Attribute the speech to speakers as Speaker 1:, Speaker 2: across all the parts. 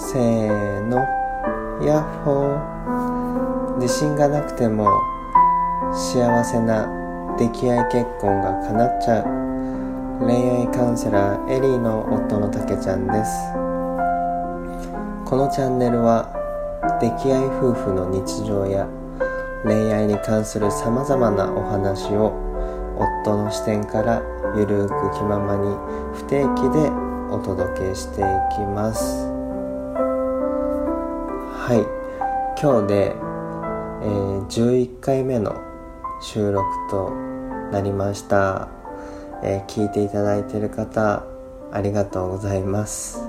Speaker 1: せーの、ヤッホー。自信がなくても幸せな出来合い結婚が叶っちゃう恋愛カウンセラーエリーの夫のたけちゃんです。このチャンネルは出来合い夫婦の日常や恋愛に関するさまざまなお話を夫の視点からゆるく気ままに不定期でお届けしていきます。はい、今日で、11回目の収録となりました。聞いていただいている方ありがとうございます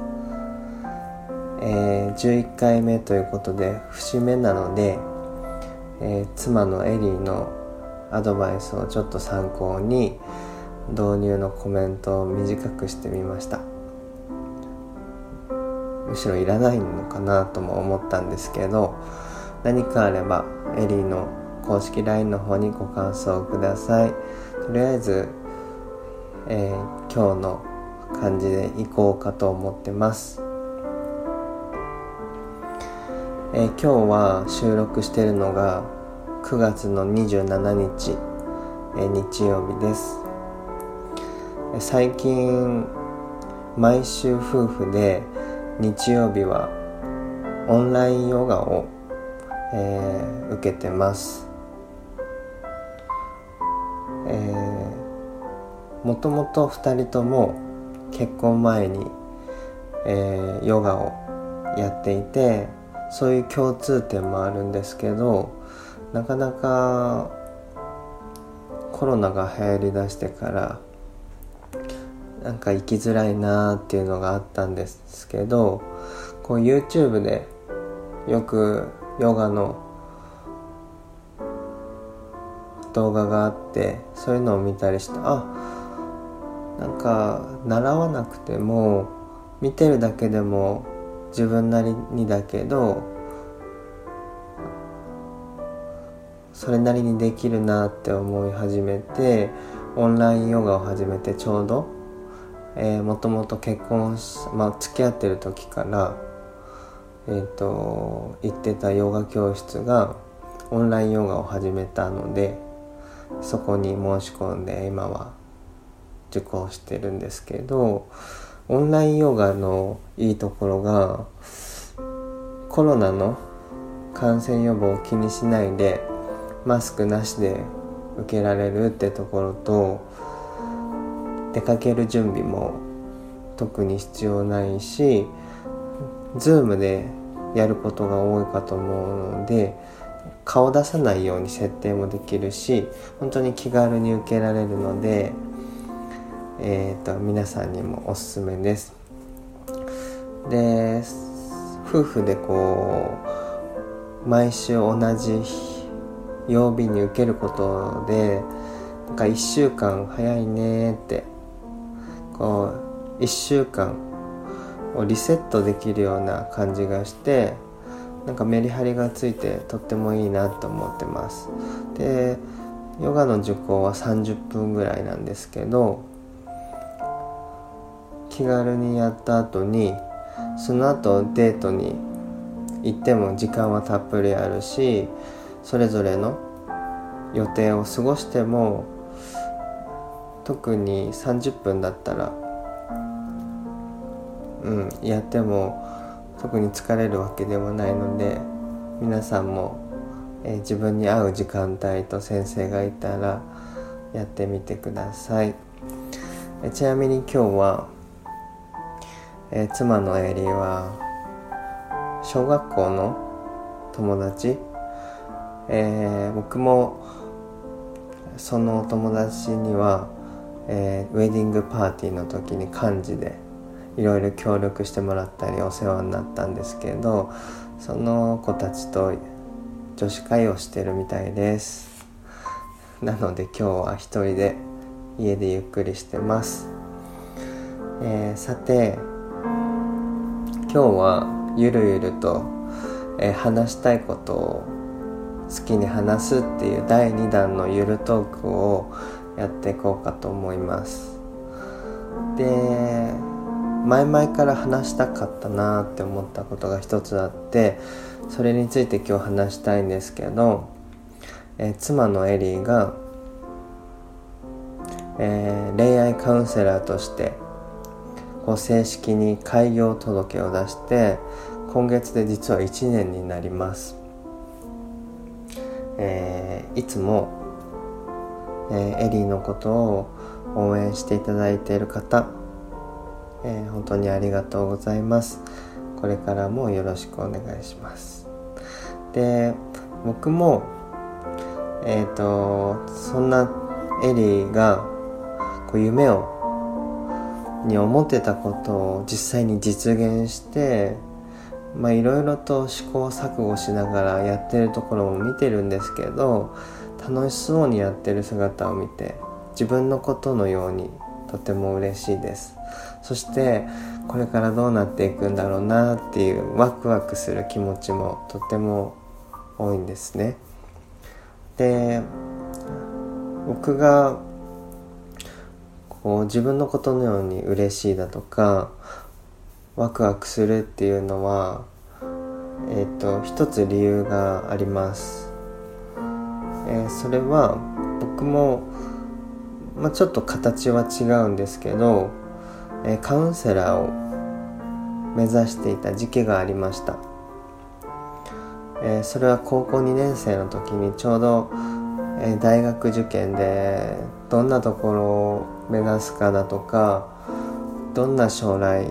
Speaker 1: 。11回目ということで節目なので、妻のエリーのアドバイスをちょっと参考に導入のコメントを短くしてみました。むしろいらないのかなとも思ったんですけど、何かあればエリーの公式 LINE の方にご感想ください。とりあえず、今日の感じでいこうかと思ってます。今日は収録しているのが9月の27日、日曜日です。最近毎週夫婦で日曜日はオンラインヨガを、受けてます。もともと2人とも結婚前に、ヨガをやっていて、そういう共通点もあるんですけど、なかなかコロナが流行りだしてからなんか生きづらいなっていうのがあったんですけど、こう YouTube でよくヨガの動画があって、そういうのを見たりして、なんか習わなくても見てるだけでも自分なりにだけどそれなりにできるなって思い始めて、オンラインヨガを始めてちょうど、もともと結婚付き合ってる時から行ってたヨガ教室がオンラインヨガを始めたので、そこに申し込んで今は受講してるんですけど、オンラインヨガのいいところがコロナの感染予防を気にしないでマスクなしで受けられるってところと、出かける準備も特に必要ないし、Zoom でやることが多いかと思うので顔出さないように設定もできるし、本当に気軽に受けられるので、皆さんにもおすすめです。で、夫婦でこう毎週同じ曜日に受けることで、なんか1週間早いねって、こう1週間をリセットできるような感じがして、なんかメリハリがついてとってもいいなと思ってます。で、ヨガの受講は30分ぐらいなんですけど、気軽にやった後にその後デートに行っても時間はたっぷりあるし、それぞれの予定を過ごしても特に30分だったらやっても特に疲れるわけでもないので、皆さんも、自分に合う時間帯と先生がいたらやってみてください。ちなみに今日は、妻のエリは小学校の友達、僕もその友達には、ウェディングパーティーの時に幹事でいろいろ協力してもらったりお世話になったんですけど、その子たちと女子会をしてるみたいです。なので今日は一人で家でゆっくりしてます。さて、今日はゆるゆると、話したいことを好きに話すっていう第2弾のゆるトークをやっていこうかと思います。で、 前々から話したかったなって思ったことが一つあって、それについて今日話したいんですけど、妻のエリーが、恋愛カウンセラーとして正式に開業届を出して、今月で実は1年になります。いつも、エリーのことを応援していただいている方、本当にありがとうございます。これからもよろしくお願いします。で、僕もそんなエリーが夢に思ってたことを実際に実現して、いろいろと試行錯誤しながらやってるところも見てるんですけど、楽しそうにやってる姿を見て自分のことのようにとても嬉しいです。そしてこれからどうなっていくんだろうなっていうワクワクする気持ちもとても多いんですね。で、僕が自分のことのように嬉しいだとかワクワクするっていうのは、一つ理由があります。それは僕も、ちょっと形は違うんですけど、カウンセラーを目指していた時期がありました。それは高校2年生の時にちょうど、大学受験でどんなところを目指すかだとか、どんな将来、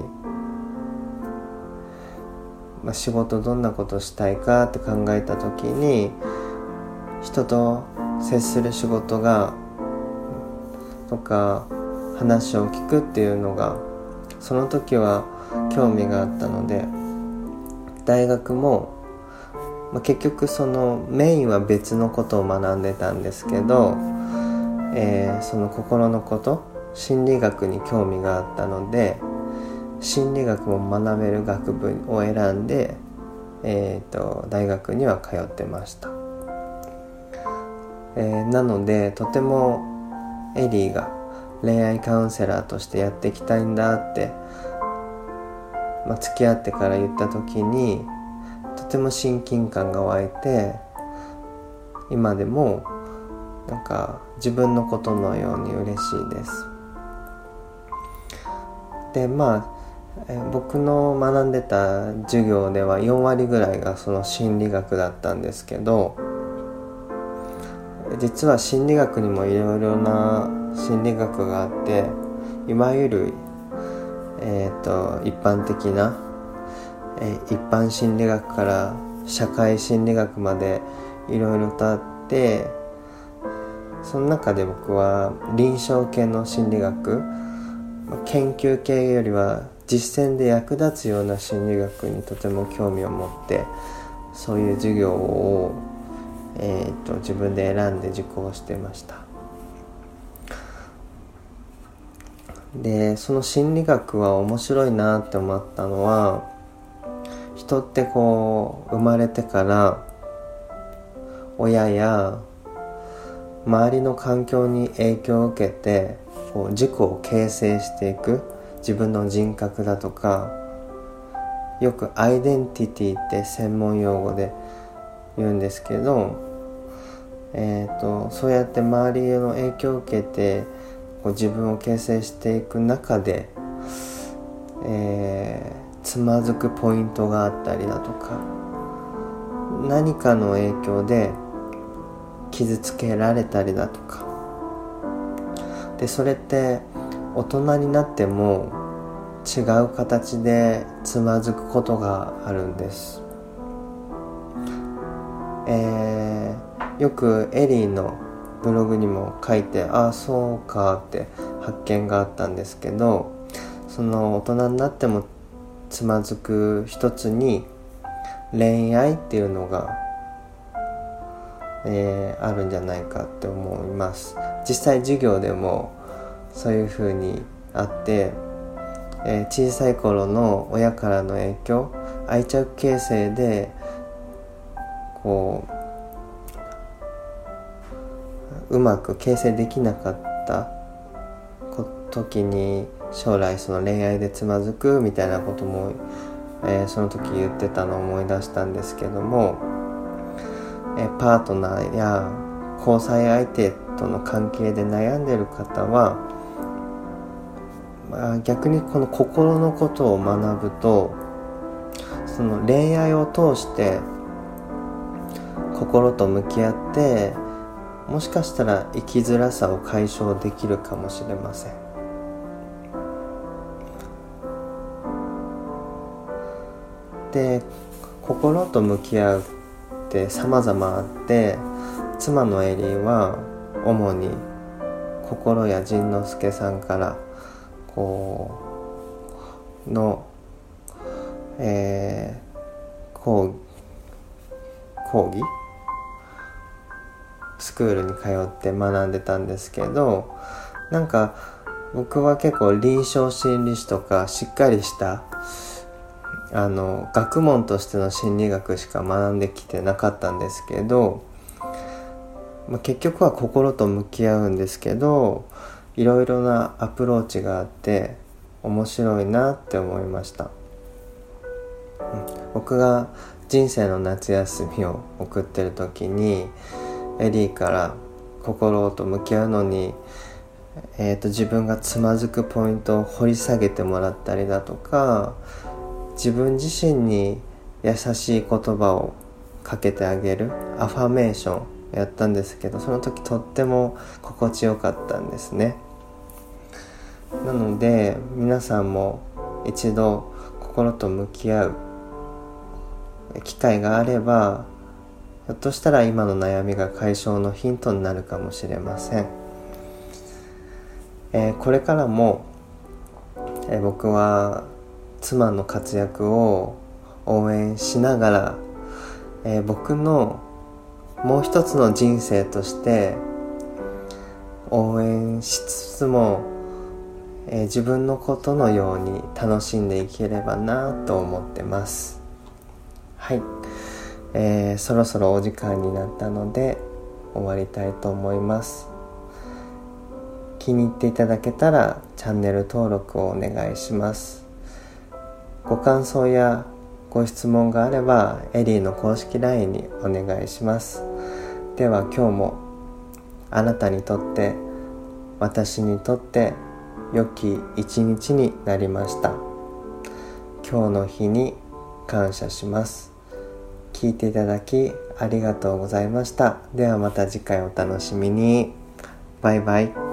Speaker 1: 仕事どんなことしたいかって考えた時に、人と接する仕事がとか話を聞くっていうのがその時は興味があったので、大学も、結局そのメインは別のことを学んでたんですけど、その心のこと、心理学に興味があったので、心理学も学べる学部を選んで、大学には通ってました。なのでとてもエリーが恋愛カウンセラーとしてやっていきたいんだって、付き合ってから言った時にとても親近感が湧いて、今でも自分のことのように嬉しいです。で、僕の学んでた授業では4割ぐらいがその心理学だったんですけど、実は心理学にもいろいろな心理学があって、いわゆる、一般的な、一般心理学から社会心理学までいろいろとあって、その中で僕は臨床系の心理学、研究系よりは実践で役立つような心理学にとても興味を持って、そういう授業を自分で選んで受講してました。で、その心理学は面白いなって思ったのは、人って生まれてから親や周りの環境に影響を受けて自己を形成していく、自分の人格だとか、よくアイデンティティって専門用語で言うんですけど、そうやって周りの影響を受けて自分を形成していく中で、つまずくポイントがあったりだとか、何かの影響で傷つけられたりだとかで、それって大人になっても違う形でつまずくことがあるんです。よくエリーのブログにも書いて、そうかって発見があったんですけど、その大人になってもつまずく一つに恋愛っていうのが、あるんじゃないかって思います。実際授業でもそういう風にあって、小さい頃の親からの影響、愛着形成でうまく形成できなかった時に将来その恋愛でつまずくみたいなことも、その時言ってたのを思い出したんですけども、パートナーや交際相手との関係で悩んでいる方は、逆にこの心のことを学ぶと、その恋愛を通して心と向き合って、もしかしたら生きづらさを解消できるかもしれません。で、心と向き合うって様々あって、妻のエリーは主に心や仁之助さんからの、講義スクールに通って学んでたんですけど、なんか僕は結構臨床心理士とかしっかりした学問としての心理学しか学んできてなかったんですけど、結局は心と向き合うんですけど、いろいろなアプローチがあって面白いなって思いました。僕が人生の夏休みを送ってる時にエリーから心と向き合うのに、自分がつまずくポイントを掘り下げてもらったりだとか、自分自身に優しい言葉をかけてあげるアファメーションやったんですけど、その時とっても心地よかったんですね。なので皆さんも一度心と向き合う機会があれば、ひょっとしたら今の悩みが解消のヒントになるかもしれません。これからも、僕は妻の活躍を応援しながら、僕のもう一つの人生として応援しつつも、自分のことのように楽しんでいければなと思ってます。はい、そろそろお時間になったので終わりたいと思います。気に入っていただけたらチャンネル登録をお願いします。ご感想やご質問があればエリーの公式 LINE にお願いします。では今日もあなたにとって、私にとって良き一日になりました。今日の日に感謝します。聞いていただきありがとうございました。ではまた次回お楽しみに。バイバイ。